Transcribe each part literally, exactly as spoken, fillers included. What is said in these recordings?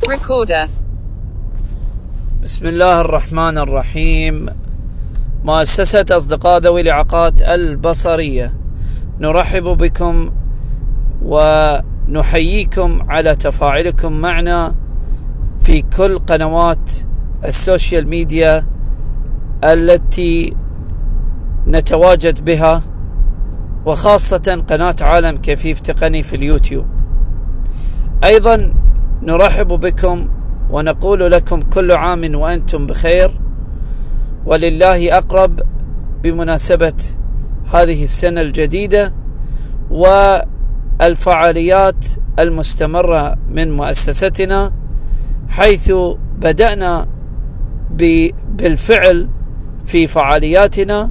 Recorder. بسم الله الرحمن الرحيم. مؤسسة أصدقاء ذوي الإعاقات البصرية نرحب بكم ونحييكم على تفاعلكم معنا في كل قنوات السوشيال ميديا التي نتواجد بها، وخاصة قناة عالم كفيف تقني في اليوتيوب. أيضا نرحب بكم ونقول لكم كل عام وأنتم بخير، ولله أقرب بمناسبة هذه السنة الجديدة والفعاليات المستمرة من مؤسستنا، حيث بدأنا بالفعل في فعالياتنا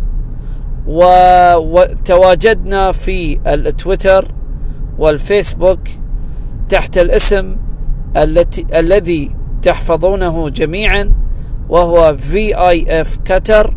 وتواجدنا في التويتر والفيسبوك تحت الاسم التي الذي تحفظونه جميعا، وهو في آي إف قطر.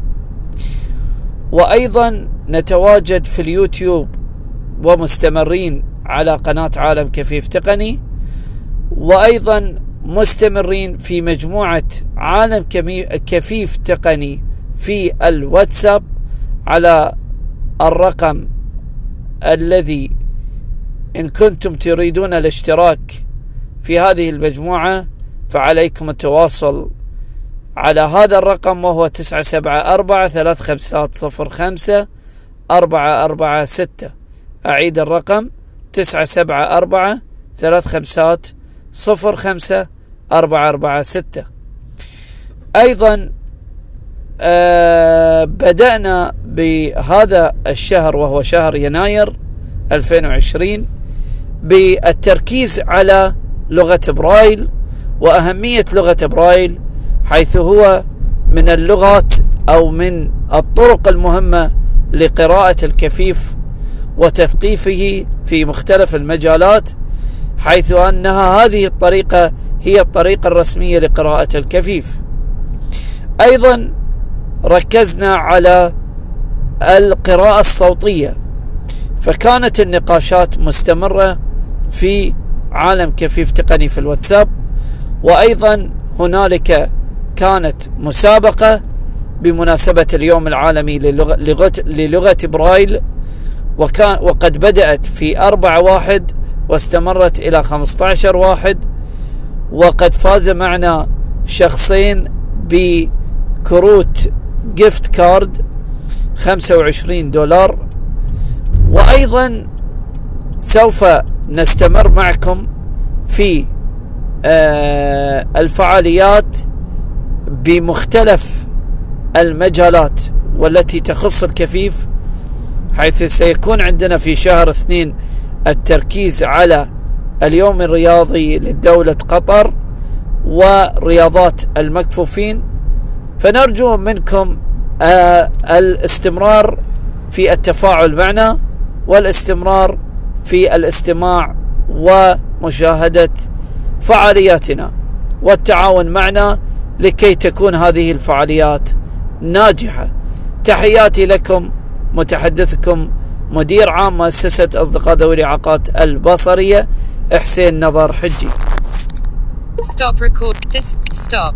وأيضا نتواجد في اليوتيوب ومستمرين على قناة عالم كفيف تقني، وأيضا مستمرين في مجموعة عالم كفيف تقني في الواتساب على الرقم الذي إن كنتم تريدون الاشتراك في هذه المجموعة فعليكم التواصل على هذا الرقم، وهو تسعة سبعة أربعة ثلاث خمسات صفر خمسة أربعة أربعة ستة. أعيد الرقم تسعة سبعة أربعة ثلاث خمسات صفر خمسة أربعة أربعة ستة. أيضا آه بدأنا بهذا الشهر وهو شهر يناير ألفين وعشرين بالتركيز على لغة برايل وأهمية لغة برايل، حيث هو من اللغات أو من الطرق المهمة لقراءة الكفيف وتثقيفه في مختلف المجالات، حيث أنها هذه الطريقة هي الطريقة الرسمية لقراءة الكفيف. أيضا ركزنا على القراءة الصوتية، فكانت النقاشات مستمرة في عالم كفيف تقني في الواتساب. وأيضا هنالك كانت مسابقة بمناسبة اليوم العالمي للغة, للغة برايل، وكان وقد بدأت في أربعة واحد واستمرت إلى خمسة عشر واحد، وقد فاز معنا شخصين بكروت جيفت كارد خمسة وعشرين دولار. وأيضا سوف نستمر معكم في آه الفعاليات بمختلف المجالات والتي تخص الكفيف، حيث سيكون عندنا في شهر اثنين التركيز على اليوم الرياضي للدولة قطر ورياضات المكفوفين. فنرجو منكم آه الاستمرار في التفاعل معنا والاستمرار في الاستماع ومشاهدة فعالياتنا والتعاون معنا لكي تكون هذه الفعاليات ناجحة. تحياتي لكم، متحدثكم مدير عام مؤسسة أصدقاء ذوي الإعاقات البصرية حسين نظر حجي. Stop record. Just stop.